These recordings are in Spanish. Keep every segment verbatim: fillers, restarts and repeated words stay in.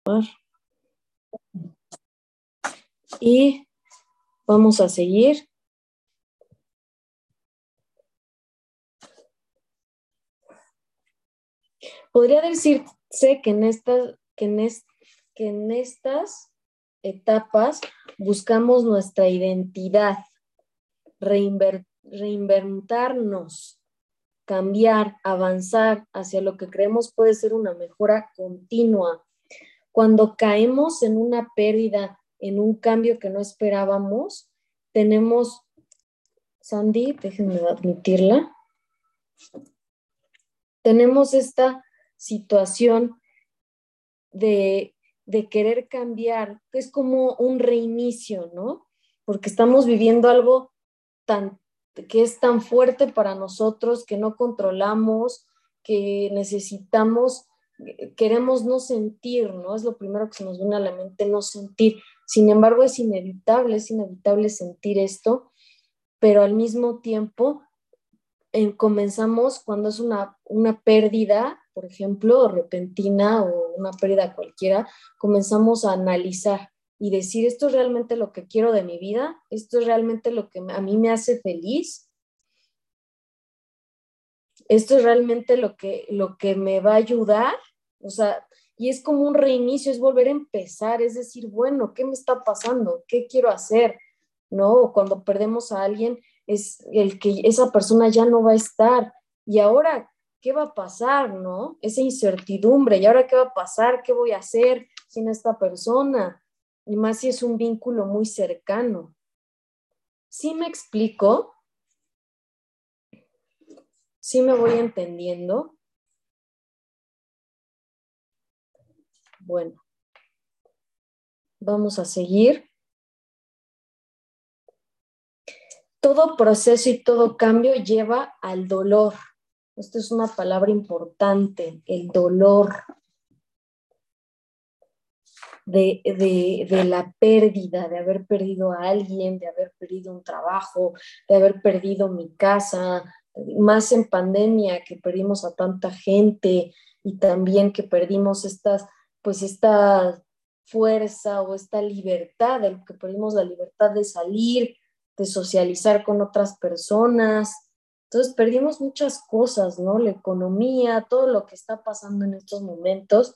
Y vamos a seguir. Podría decirse que en estas, que en es, que en estas etapas buscamos nuestra identidad, reinver, reinventarnos, cambiar, avanzar hacia lo que creemos puede ser una mejora continua. Cuando caemos en una pérdida, en un cambio que no esperábamos, tenemos, Sandy, déjenme admitirla, tenemos esta situación de, de querer cambiar, que es como un reinicio, ¿no? Porque estamos viviendo algo tan, que es tan fuerte para nosotros, que no controlamos, que necesitamos, queremos no sentir, ¿no? Es lo primero que se nos viene a la mente, no sentir. Sin embargo, es inevitable, es inevitable sentir esto, pero al mismo tiempo eh, comenzamos cuando es una, una pérdida, por ejemplo, repentina o una pérdida cualquiera, comenzamos a analizar y decir, ¿esto es realmente lo que quiero de mi vida? ¿Esto es realmente lo que a mí me hace feliz? ¿Esto es realmente lo que, lo que me va a ayudar? O sea, y es como un reinicio, es volver a empezar, es decir, bueno, ¿qué me está pasando? ¿Qué quiero hacer? ¿No? O cuando perdemos a alguien, es el que esa persona ya no va a estar. Y ahora, ¿qué va a pasar? ¿No? Esa incertidumbre. ¿Y ahora qué va a pasar? ¿Qué voy a hacer sin esta persona? Y más si es un vínculo muy cercano. ¿Sí me explico? ¿Sí me voy entendiendo? Bueno, vamos a seguir. Todo proceso y todo cambio lleva al dolor. Esto es una palabra importante, el dolor de, de, de la pérdida, de haber perdido a alguien, de haber perdido un trabajo, de haber perdido mi casa, más en pandemia que perdimos a tanta gente y también que perdimos estas, pues esta fuerza o esta libertad, de lo que perdimos la libertad de salir, de socializar con otras personas. Entonces perdimos muchas cosas, ¿no? La economía, todo lo que está pasando en estos momentos.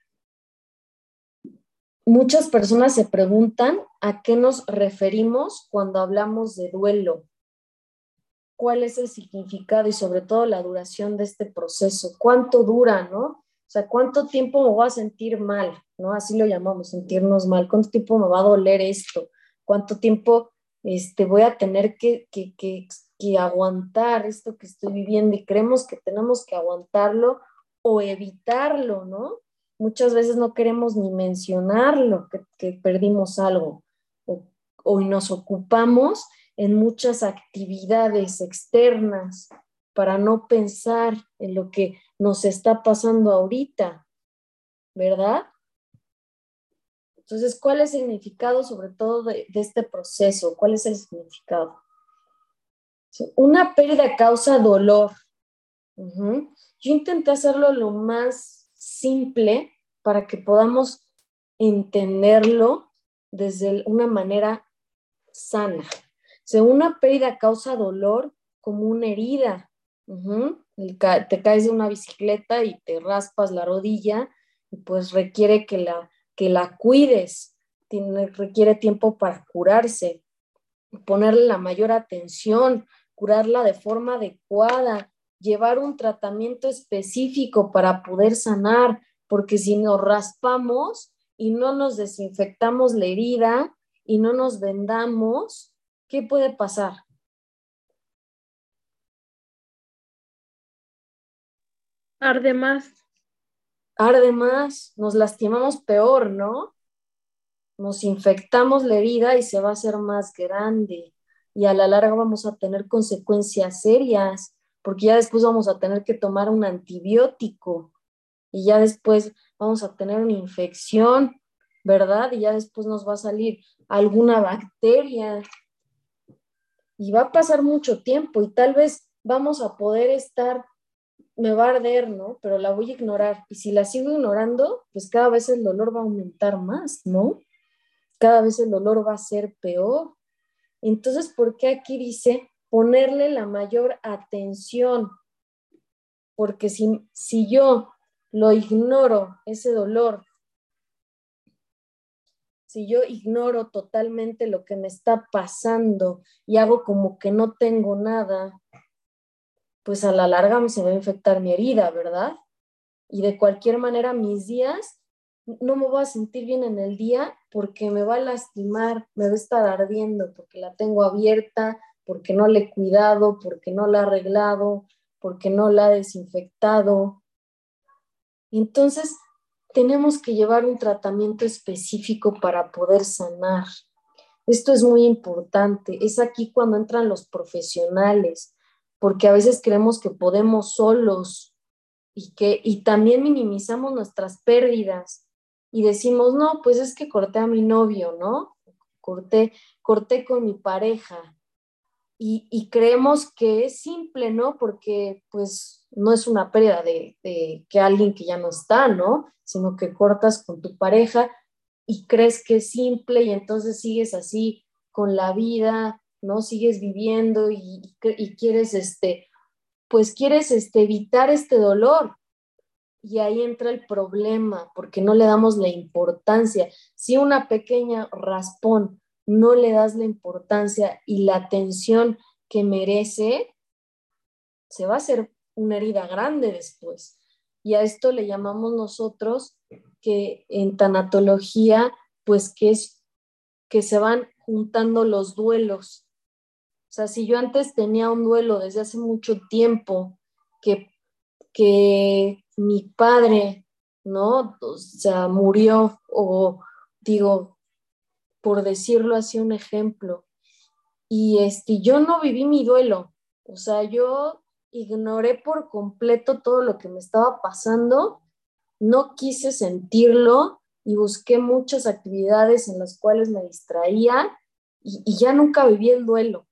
Muchas personas se preguntan a qué nos referimos cuando hablamos de duelo, cuál es el significado y sobre todo la duración de este proceso, cuánto dura, ¿no? O sea, cuánto tiempo me voy a sentir mal, ¿no? Así lo llamamos, sentirnos mal, cuánto tiempo me va a doler esto, cuánto tiempo este, voy a tener que, que, que, que aguantar esto que estoy viviendo y creemos que tenemos que aguantarlo o evitarlo, ¿no? Muchas veces no queremos ni mencionarlo, que, que perdimos algo o, o nos ocupamos en muchas actividades externas para no pensar en lo que nos está pasando ahorita, ¿verdad? Entonces, ¿cuál es el significado sobre todo de, de este proceso? ¿Cuál es el significado? Una pérdida causa dolor. Uh-huh. Yo intenté hacerlo lo más simple para que podamos entenderlo desde una manera sana. O sea, una pérdida causa dolor como una herida. Uh-huh. Te caes de una bicicleta y te raspas la rodilla y pues requiere que la, que la cuides, tiene, requiere tiempo para curarse, ponerle la mayor atención, curarla de forma adecuada, llevar un tratamiento específico para poder sanar, porque si nos raspamos y no nos desinfectamos la herida y no nos vendamos, ¿qué puede pasar? Arde más. Arde más, nos lastimamos peor, ¿no? Nos infectamos la herida y se va a hacer más grande y a la larga vamos a tener consecuencias serias porque ya después vamos a tener que tomar un antibiótico y ya después vamos a tener una infección, ¿verdad? Y ya después nos va a salir alguna bacteria y va a pasar mucho tiempo y tal vez vamos a poder estar me va a arder, ¿no? Pero la voy a ignorar. Y si la sigo ignorando, pues cada vez el dolor va a aumentar más, ¿no? Cada vez el dolor va a ser peor. Entonces, ¿por qué aquí dice ponerle la mayor atención? Porque si, si yo lo ignoro, ese dolor, si yo ignoro totalmente lo que me está pasando y hago como que no tengo nada, pues a la larga se va a infectar mi herida, ¿verdad? Y de cualquier manera mis días, no me voy a sentir bien en el día porque me va a lastimar, me va a estar ardiendo, porque la tengo abierta, porque no la he cuidado, porque no la he arreglado, porque no la he desinfectado. Entonces, tenemos que llevar un tratamiento específico para poder sanar. Esto es muy importante. Es aquí cuando entran los profesionales, porque a veces creemos que podemos solos y, que, y también minimizamos nuestras pérdidas y decimos, no, pues es que corté a mi novio, ¿no? Corté, corté con mi pareja y, y creemos que es simple, ¿no? Porque pues no es una pérdida de, de que alguien que ya no está, ¿no? Sino que cortas con tu pareja y crees que es simple y entonces sigues así con la vida, ¿no? Sigues viviendo y, y quieres, este, pues quieres este, evitar este dolor. Y ahí entra el problema, porque no le damos la importancia. Si una pequeña raspón no le das la importancia y la atención que merece, se va a hacer una herida grande después. Y a esto le llamamos nosotros que en tanatología, pues que es que se van juntando los duelos. O sea, si yo antes tenía un duelo desde hace mucho tiempo, que, que mi padre, ¿no? O sea, murió, o digo, por decirlo así, un ejemplo, y este, yo no viví mi duelo, o sea, yo ignoré por completo todo lo que me estaba pasando, no quise sentirlo y busqué muchas actividades en las cuales me distraía y, y ya nunca viví el duelo.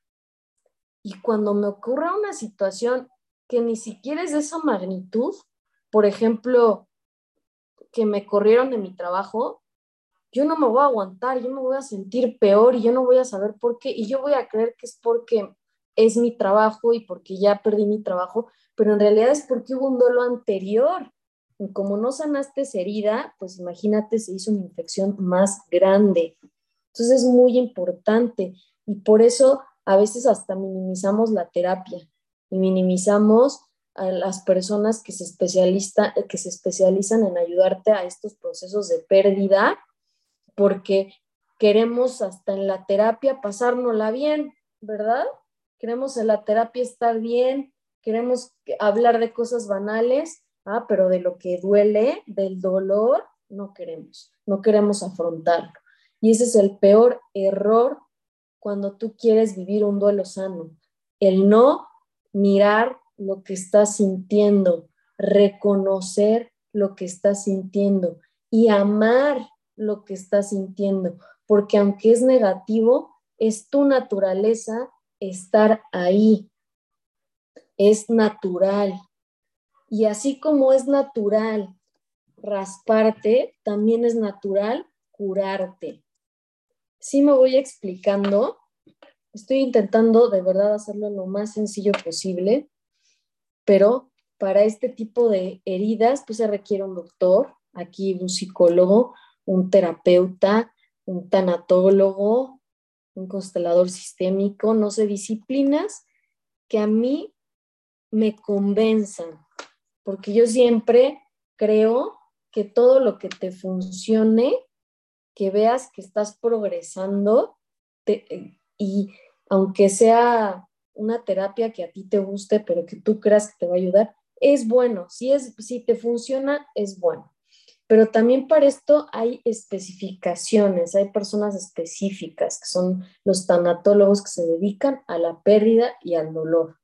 Y cuando me ocurre una situación que ni siquiera es de esa magnitud, por ejemplo, que me corrieron de mi trabajo, yo no me voy a aguantar, yo me voy a sentir peor y yo no voy a saber por qué, y yo voy a creer que es porque es mi trabajo y porque ya perdí mi trabajo, pero en realidad es porque hubo un duelo anterior. Y como no sanaste esa herida, pues imagínate, se hizo una infección más grande. Entonces es muy importante y por eso a veces hasta minimizamos la terapia y minimizamos a las personas que se, especialista, que se especializan en ayudarte a estos procesos de pérdida, porque queremos hasta en la terapia pasárnosla bien, ¿verdad? Queremos en la terapia estar bien, queremos hablar de cosas banales, ah, pero de lo que duele, del dolor, no queremos, no queremos afrontarlo. Y ese es el peor error cuando tú quieres vivir un duelo sano, el no mirar lo que estás sintiendo, reconocer lo que estás sintiendo y amar lo que estás sintiendo, porque aunque es negativo, es tu naturaleza estar ahí, es natural. Y así como es natural rasparte, también es natural curarte. Sí me voy explicando, estoy intentando de verdad hacerlo lo más sencillo posible, pero para este tipo de heridas pues se requiere un doctor, aquí un psicólogo, un terapeuta, un tanatólogo, un constelador sistémico, no sé, disciplinas que a mí me convenzan, porque yo siempre creo que todo lo que te funcione, que veas que estás progresando te, y aunque sea una terapia que a ti te guste, pero que tú creas que te va a ayudar, es bueno. Si, es, si te funciona, es bueno. Pero también para esto hay especificaciones, hay personas específicas que son los tanatólogos que se dedican a la pérdida y al dolor.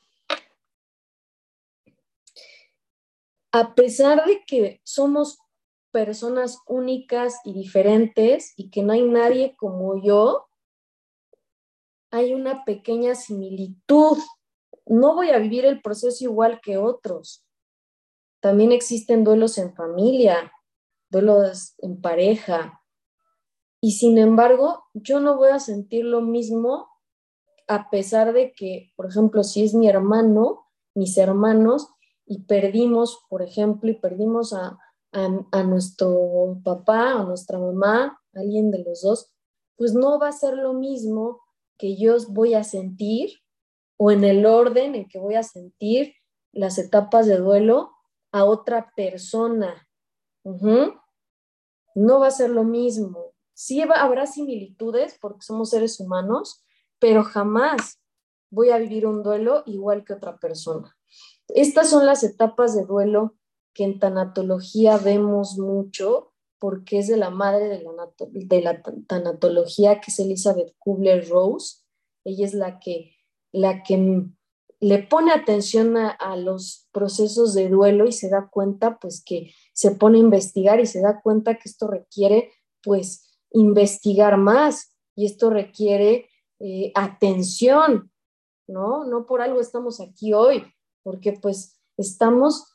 A pesar de que somos personas únicas y diferentes y que no hay nadie como yo, hay una pequeña similitud no voy a vivir el proceso igual que otros. También existen duelos en familia, duelos en pareja, y sin embargo, yo no voy a sentir lo mismo a pesar de que, por ejemplo, si es mi hermano, mis hermanos, y perdimos, por ejemplo, y perdimos a, a, a nuestro papá, a nuestra mamá, alguien de los dos, pues no va a ser lo mismo que yo voy a sentir o en el orden en que voy a sentir las etapas de duelo a otra persona. Uh-huh. No va a ser lo mismo. Sí va, habrá similitudes porque somos seres humanos, pero jamás voy a vivir un duelo igual que otra persona. Estas son las etapas de duelo que en tanatología vemos mucho, porque es de la madre de la, de la tanatología, que es Elizabeth Kubler-Rose. Ella es la que, la que le pone atención a, a los procesos de duelo y se da cuenta, pues, que se pone a investigar y se da cuenta que esto requiere, pues, investigar más y esto requiere eh, atención, ¿no? No por algo estamos aquí hoy, porque pues estamos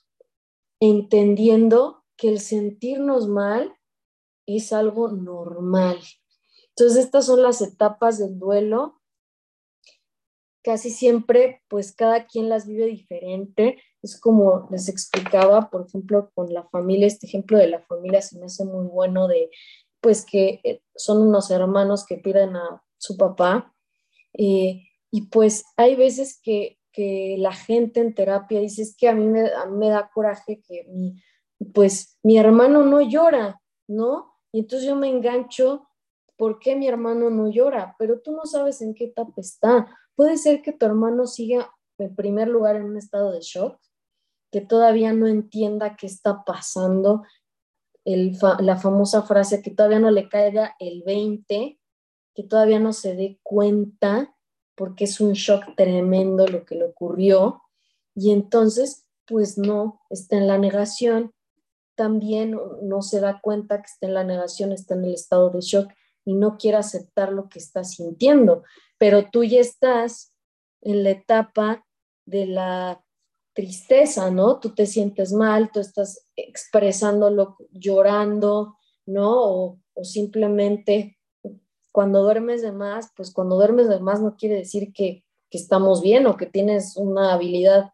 entendiendo que el sentirnos mal es algo normal. Entonces, estas son las etapas del duelo. Casi siempre, pues cada quien las vive diferente. Es como les explicaba, por ejemplo, con la familia, este ejemplo de la familia se me hace muy bueno de, pues que son unos hermanos que pierden a su papá. Eh, y pues hay veces que, que la gente en terapia dice, es que a mí me, a mí me da coraje que mi, pues mi hermano no llora, ¿no? Y entonces yo me engancho, ¿por qué mi hermano no llora? Pero tú no sabes en qué etapa está. Puede ser que tu hermano siga en primer lugar en un estado de shock, que todavía no entienda qué está pasando, el fa- la famosa frase que todavía no le caiga el veinte, que todavía no se dé cuenta porque es un shock tremendo lo que le ocurrió y entonces pues no, está en la negación, también no se da cuenta que está en la negación, está en el estado de shock y no quiere aceptar lo que está sintiendo, pero tú ya estás en la etapa de la tristeza, ¿no? Tú te sientes mal, tú estás expresándolo llorando, ¿no? O, o simplemente cuando duermes de más, pues cuando duermes de más no quiere decir que, que estamos bien o que tienes una habilidad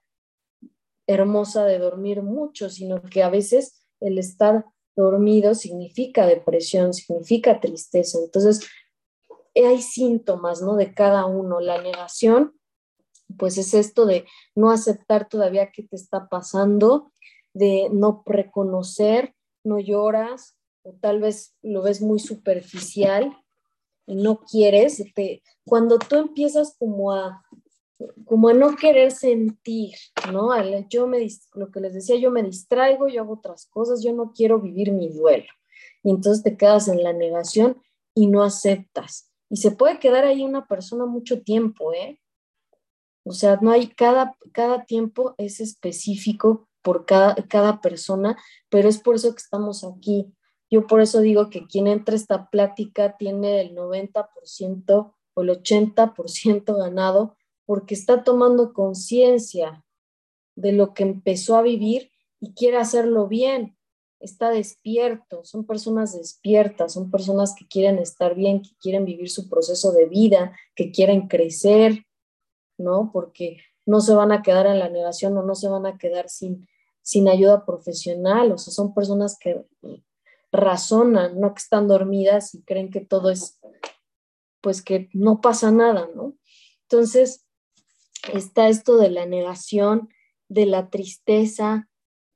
hermosa de dormir mucho, sino que a veces el estar dormido significa depresión, significa tristeza. Entonces, hay síntomas, ¿no? De cada uno. La negación, pues es esto de no aceptar todavía qué te está pasando, de no reconocer, no lloras, o tal vez lo ves muy superficial y no quieres. Te, cuando tú empiezas como a como a no querer sentir, ¿no? Al, yo me, lo que les decía, yo me distraigo, yo hago otras cosas, yo no quiero vivir mi duelo. Y entonces te quedas en la negación y no aceptas. Y se puede quedar ahí una persona mucho tiempo, ¿eh? O sea, no hay, cada, cada tiempo es específico por cada, cada persona, pero es por eso que estamos aquí. Yo por eso digo que quien entra a esta plática tiene el noventa por ciento o el ochenta por ciento ganado porque está tomando conciencia de lo que empezó a vivir y quiere hacerlo bien. Está despierto, son personas despiertas, son personas que quieren estar bien, que quieren vivir su proceso de vida, que quieren crecer, ¿no? Porque no se van a quedar en la negación o no se van a quedar sin, sin ayuda profesional, o sea, son personas que razonan, no que están dormidas y creen que todo es, pues que no pasa nada, ¿no? Entonces, está esto de la negación, de la tristeza,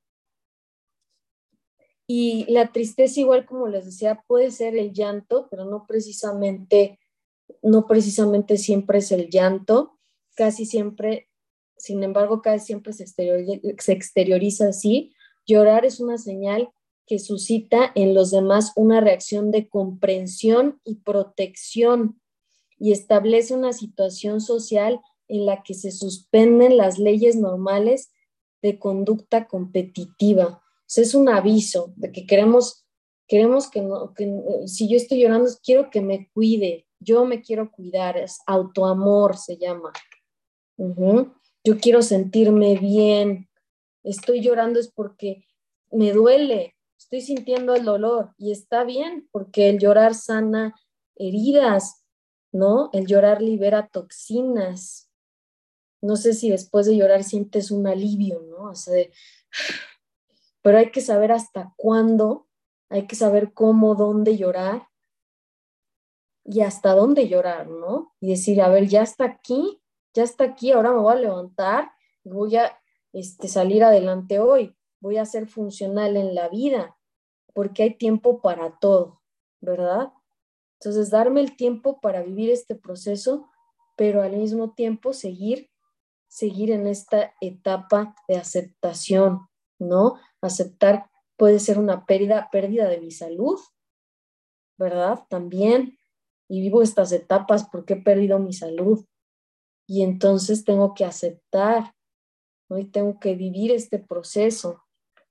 y la tristeza, igual como les decía, puede ser el llanto, pero no precisamente, no precisamente siempre es el llanto, casi siempre, sin embargo, casi siempre se exterioriza, se exterioriza así. Llorar es una señal que suscita en los demás una reacción de comprensión y protección y establece una situación social en la que se suspenden las leyes normales de conducta competitiva. O sea, es un aviso de que queremos, queremos que, no, que si yo estoy llorando, quiero que me cuide, yo me quiero cuidar, es autoamor se llama. Uh-huh. yo quiero sentirme bien, estoy llorando es porque me duele, estoy sintiendo el dolor y está bien porque el llorar sana heridas, ¿no? El llorar libera toxinas. No sé si después de llorar sientes un alivio, ¿no? O sea, de- pero hay que saber hasta cuándo, hay que saber cómo, dónde llorar y hasta dónde llorar, ¿no? Y decir, a ver, ya está aquí, ya está aquí, ahora me voy a levantar y voy a este, salir adelante hoy, voy a ser funcional en la vida, porque hay tiempo para todo, ¿verdad? Entonces, darme el tiempo para vivir este proceso, pero al mismo tiempo seguir, seguir en esta etapa de aceptación, ¿no? Aceptar puede ser una pérdida, pérdida de mi salud, ¿verdad? También, y vivo estas etapas porque he perdido mi salud. Y entonces tengo que aceptar, ¿no? Y tengo que vivir este proceso.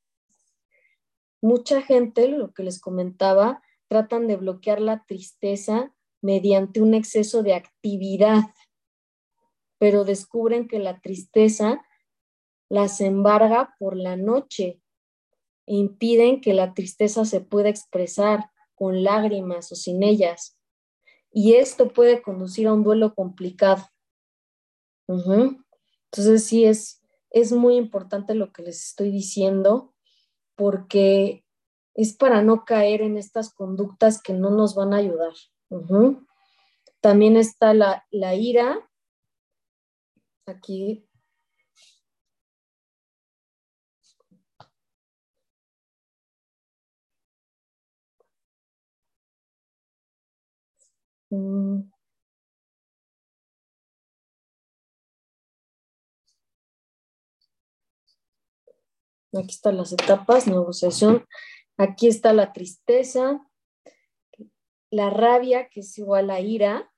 Mucha gente, lo que les comentaba, tratan de bloquear la tristeza mediante un exceso de actividad, pero descubren que la tristeza las embarga por la noche e impiden que la tristeza se pueda expresar con lágrimas o sin ellas. Y esto puede conducir a un duelo complicado. Uh-huh. Entonces sí, es, es muy importante lo que les estoy diciendo porque es para no caer en estas conductas que no nos van a ayudar. Uh-huh. También está la, la ira. Aquí. Um, aquí están las etapas, negociación. Aquí está la tristeza, la rabia, que es igual a ira.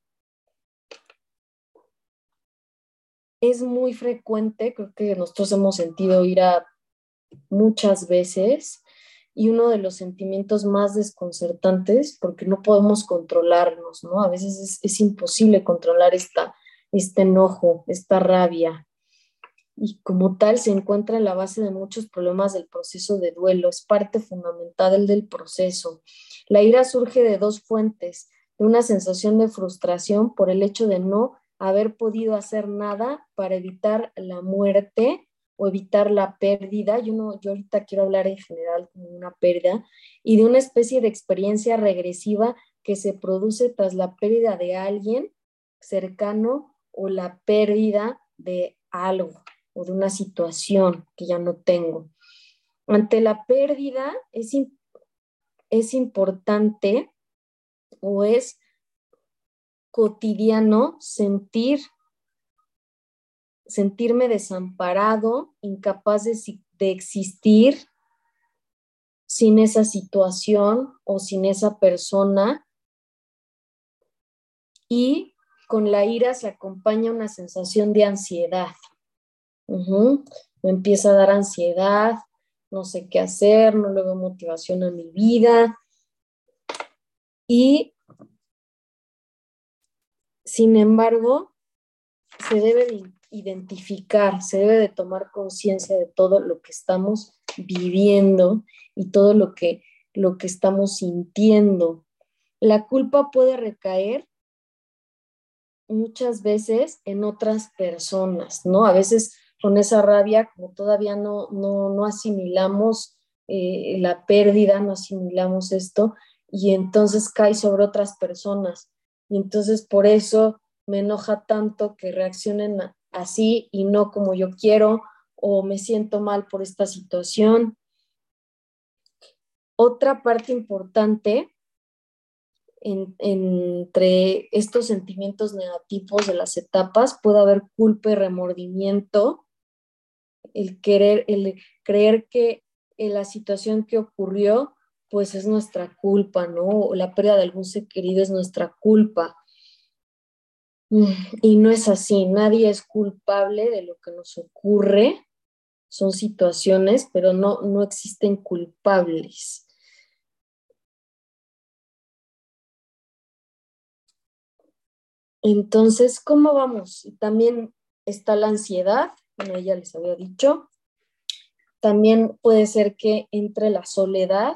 Es muy frecuente, creo que nosotros hemos sentido ira muchas veces y uno de los sentimientos más desconcertantes porque no podemos controlarnos, ¿no? A veces es, es imposible controlar esta, este enojo, esta rabia y como tal se encuentra en la base de muchos problemas del proceso de duelo, es parte fundamental del proceso. La ira surge de dos fuentes, de una sensación de frustración por el hecho de no haber podido hacer nada para evitar la muerte o evitar la pérdida. Yo, no, yo ahorita quiero hablar en general como una pérdida y de una especie de experiencia regresiva que se produce tras la pérdida de alguien cercano o la pérdida de algo o de una situación que ya no tengo. Ante la pérdida es, es importante o es cotidiano sentir, sentirme desamparado, incapaz de, de existir sin esa situación o sin esa persona. Y con la ira se acompaña una sensación de ansiedad. Uh-huh. Me empieza a dar ansiedad, no sé qué hacer, no le veo motivación a mi vida. Y sin embargo, se debe de identificar, se debe de tomar conciencia de todo lo que estamos viviendo y todo lo que, lo que estamos sintiendo. La culpa puede recaer muchas veces en otras personas, ¿no? A veces con esa rabia, como todavía no, no, no asimilamos eh, la pérdida, no asimilamos esto, y entonces cae sobre otras personas. Y entonces por eso me enoja tanto que reaccionen así y no como yo quiero, o me siento mal por esta situación. Otra parte importante en, entre estos sentimientos negativos de las etapas puede haber culpa y remordimiento, el querer, el creer que en la situación que ocurrió pues es nuestra culpa, ¿no? O la pérdida de algún ser querido es nuestra culpa. Y no es así, nadie es culpable de lo que nos ocurre, son situaciones, pero no, no existen culpables. Entonces, ¿cómo vamos? También está la ansiedad, Bueno, ya les había dicho. También puede ser que entre la soledad,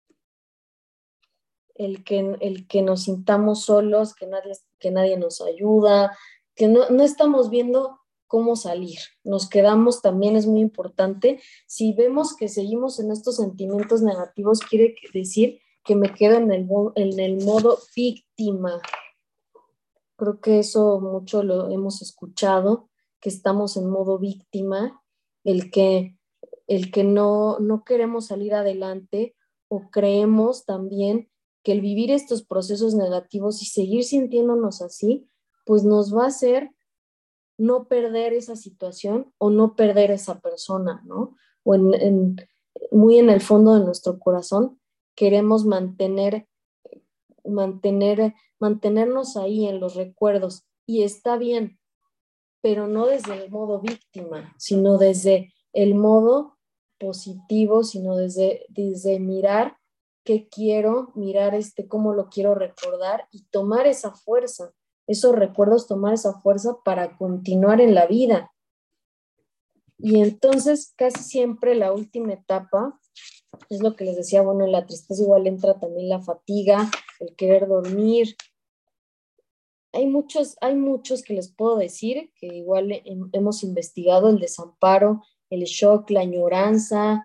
el que, el que nos sintamos solos, que nadie, que nadie nos ayuda, que no, no estamos viendo cómo salir. Nos quedamos, también es muy importante. Si vemos que seguimos en estos sentimientos negativos, quiere decir que me quedo en el, en el modo víctima. Creo que eso mucho lo hemos escuchado, que estamos en modo víctima, el que, el que no, no queremos salir adelante, o creemos también que el vivir estos procesos negativos y seguir sintiéndonos así, pues nos va a hacer no perder esa situación o no perder esa persona, ¿no? O en, en, muy en el fondo de nuestro corazón queremos mantener, mantener, mantenernos ahí en los recuerdos, y está bien, pero no desde el modo víctima, sino desde el modo positivo, sino desde, desde mirar qué quiero, mirar este, cómo lo quiero recordar y tomar esa fuerza, esos recuerdos, tomar esa fuerza para continuar en la vida. Y entonces casi siempre la última etapa es lo que les decía, bueno, en la tristeza igual entra también la fatiga, el querer dormir. Hay muchos, hay muchos que les puedo decir que igual he, hemos investigado: el desamparo, el shock, la añoranza,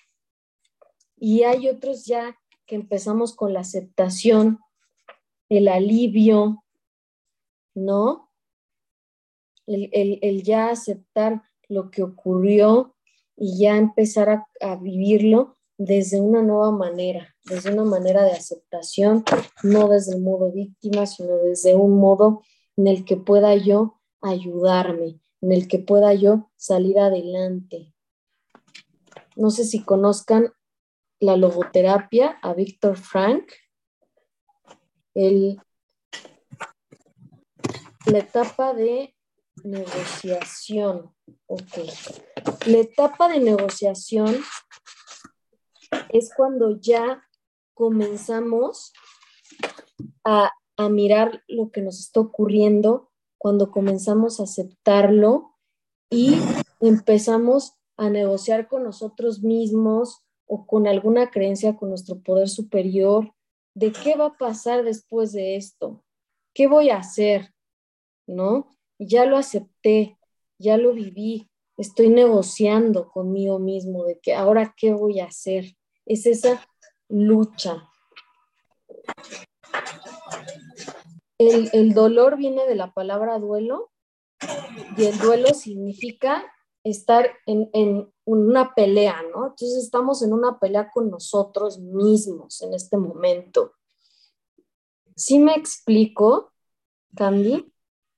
y hay otros ya que empezamos con la aceptación, el alivio, ¿no? El, el, el ya aceptar lo que ocurrió y ya empezar a, a vivirlo desde una nueva manera, desde una manera de aceptación, no desde el modo víctima, sino desde un modo en el que pueda yo ayudarme, en el que pueda yo salir adelante. No sé si conozcan la logoterapia, a Viktor Frankl. El, la etapa de negociación. Ok. La etapa de negociación es cuando ya comenzamos a, a mirar lo que nos está ocurriendo, cuando comenzamos a aceptarlo y empezamos a negociar con nosotros mismos o con alguna creencia, con nuestro poder superior, de qué va a pasar después de esto, qué voy a hacer, ¿no? Ya lo acepté, ya lo viví, estoy negociando conmigo mismo de que ahora qué voy a hacer. Es esa lucha. El, el dolor viene de la palabra duelo, y el duelo significa estar en, en una pelea, ¿no? Entonces estamos en una pelea con nosotros mismos en este momento. ¿Sí me explico, Candy?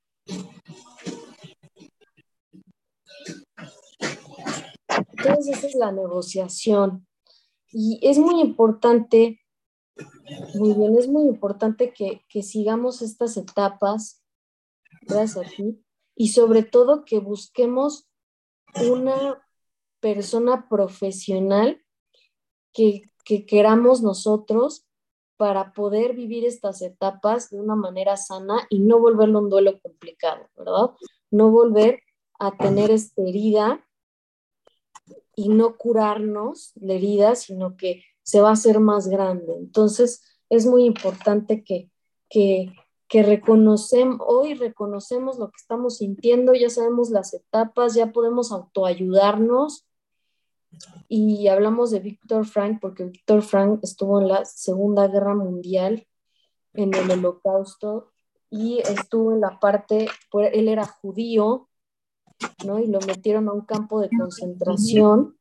Entonces esa es la negociación. Y es muy importante, muy bien, es muy importante que, que sigamos estas etapas, gracias a ti, y sobre todo que busquemos una persona profesional que, que queramos nosotros para poder vivir estas etapas de una manera sana y no volverlo un duelo complicado, ¿verdad? No volver a tener esta herida y no curarnos la herida, sino que se va a hacer más grande. Entonces, es muy importante que, que, que reconocemos, hoy reconocemos lo que estamos sintiendo, ya sabemos las etapas, ya podemos autoayudarnos. Y hablamos de Viktor Frankl porque Viktor Frankl estuvo en la Segunda Guerra Mundial, en el Holocausto, y estuvo en la parte, pues, él era judío, ¿no? Y lo metieron a un campo de concentración.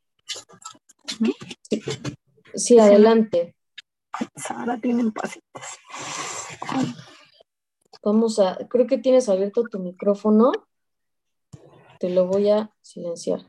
Sí, sí, adelante. Sara, tienen pasitas. Vamos a, creo que tienes abierto tu micrófono. Te lo voy a silenciar.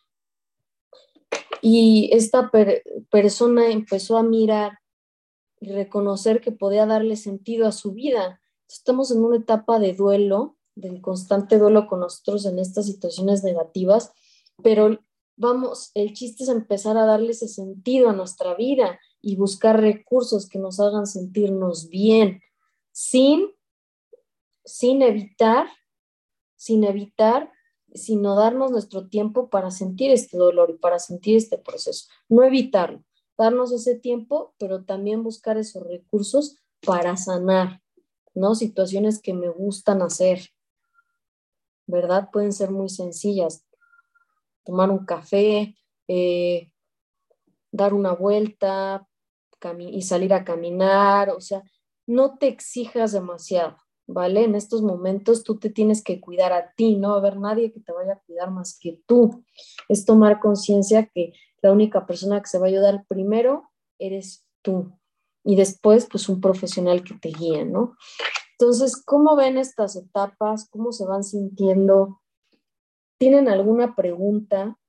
Y esta per persona empezó a mirar y reconocer que podía darle sentido a su vida. Estamos en una etapa de duelo, de constante duelo con nosotros en estas situaciones negativas, pero vamos, el chiste es empezar a darle ese sentido a nuestra vida y buscar recursos que nos hagan sentirnos bien, sin, sin evitar, sin evitar sino darnos nuestro tiempo para sentir este dolor y para sentir este proceso, no evitarlo, darnos ese tiempo, pero también buscar esos recursos para sanar, ¿no? Situaciones que me gustan hacer, ¿verdad? Pueden ser muy sencillas, tomar un café, eh, dar una vuelta y salir a caminar, o sea, no te exijas demasiado, ¿vale? En estos momentos tú te tienes que cuidar a ti, no va a haber nadie que te vaya a cuidar más que tú. Es tomar conciencia que la única persona que se va a ayudar primero eres tú y después pues un profesional que te guíe, ¿no? Entonces, ¿cómo ven estas etapas? ¿Cómo se van sintiendo? ¿Tienen alguna pregunta?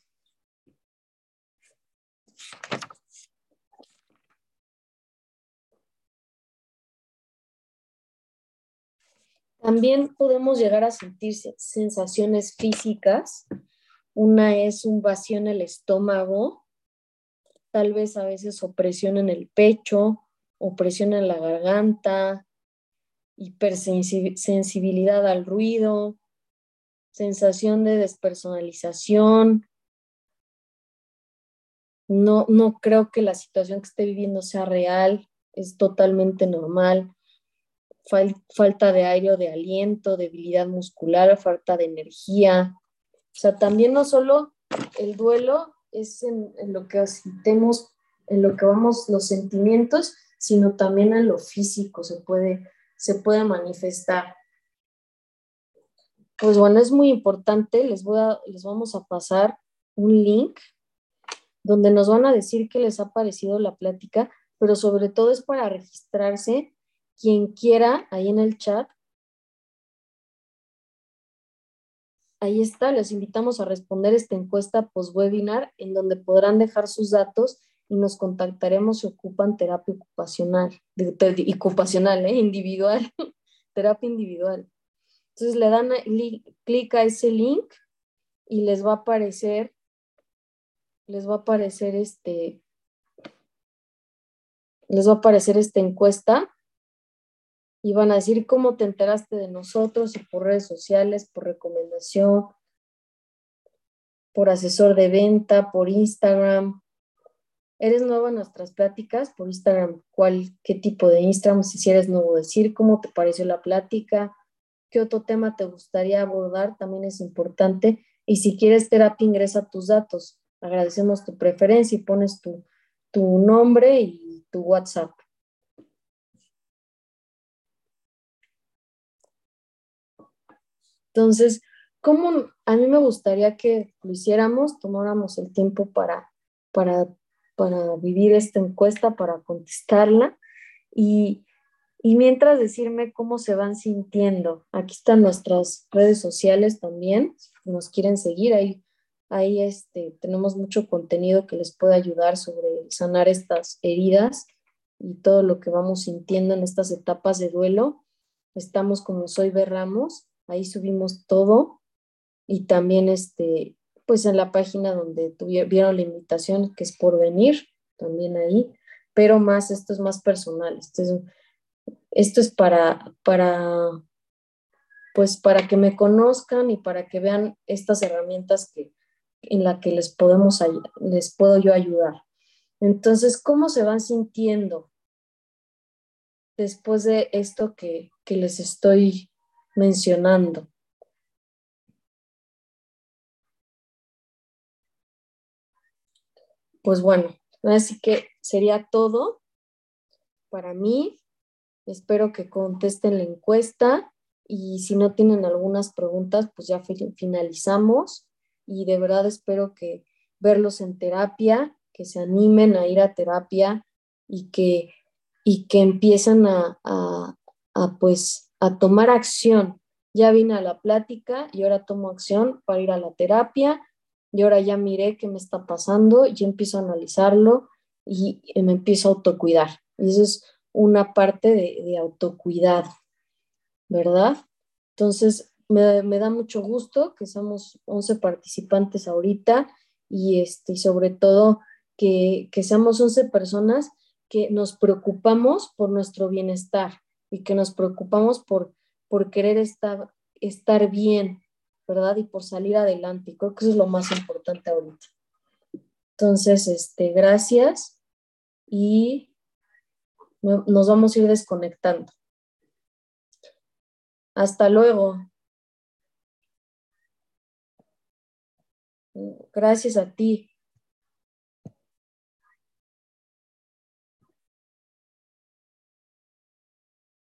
También podemos llegar a sentir sensaciones físicas. Una es un vacío en el estómago, tal vez a veces opresión en el pecho, opresión en la garganta, hipersensibilidad al ruido, sensación de despersonalización. No, no creo que la situación que esté viviendo sea real, es totalmente normal. Fal- falta de aire o de aliento, debilidad muscular, falta de energía. O sea, también no solo el duelo es en, en lo que sintemos, en lo que vamos los sentimientos, sino también en lo físico se puede, se puede manifestar. Pues bueno, es muy importante, les, voy a, les vamos a pasar un link donde nos van a decir qué les ha parecido la plática, pero sobre todo es para registrarse. Quien quiera, ahí en el chat, ahí está, les invitamos a responder esta encuesta post-webinar en donde podrán dejar sus datos y nos contactaremos si ocupan terapia ocupacional, de, de, ocupacional, ¿eh? Individual, terapia individual. Entonces le dan li, clic a ese link y les va a aparecer, les va a aparecer este, les va a aparecer esta encuesta y van a decir cómo te enteraste de nosotros, y por redes sociales, por recomendación, por asesor de venta, por Instagram. ¿Eres nuevo en nuestras pláticas? Por Instagram, ¿cuál, qué tipo de Instagram? Si eres nuevo, decir cómo te pareció la plática, qué otro tema te gustaría abordar, también es importante. Y si quieres terapia, ingresa tus datos. Agradecemos tu preferencia y pones tu, tu nombre y tu WhatsApp. Entonces, ¿cómo? A mí me gustaría que lo hiciéramos, tomáramos el tiempo para, para, para vivir esta encuesta, para contestarla y, y mientras decirme cómo se van sintiendo. Aquí están nuestras redes sociales también, si nos quieren seguir, ahí, ahí este, tenemos mucho contenido que les puede ayudar sobre sanar estas heridas y todo lo que vamos sintiendo en estas etapas de duelo. Estamos como Soy Ver Ramos, ahí subimos todo y también este, pues en la página donde tuvieron la invitación, que es Por Venir, también ahí, pero más, esto es más personal, esto es, esto es para, para, pues para que me conozcan y para que vean estas herramientas que, en las que les podemos, les puedo yo ayudar. Entonces, ¿cómo se van sintiendo después de esto que, que les estoy mencionando? Pues bueno, así que sería todo para mí. Espero que contesten la encuesta y si no tienen algunas preguntas, pues ya finalizamos y de verdad espero que verlos en terapia, que se animen a ir a terapia y que, y que empiecen a, a, a, pues, a tomar acción. Ya vine a la plática y ahora tomo acción para ir a la terapia y ahora ya miré qué me está pasando, y empiezo a analizarlo y me empiezo a autocuidar. Y eso es una parte de, de autocuidado, ¿verdad? Entonces, me, me, da mucho gusto que somos once participantes ahorita y, este, y sobre todo que, que seamos once personas que nos preocupamos por nuestro bienestar y que nos preocupamos por, por querer estar, estar bien, ¿verdad? Y por salir adelante. Creo que eso es lo más importante ahorita. Entonces, este, gracias y nos vamos a ir desconectando. Hasta luego. Gracias a ti.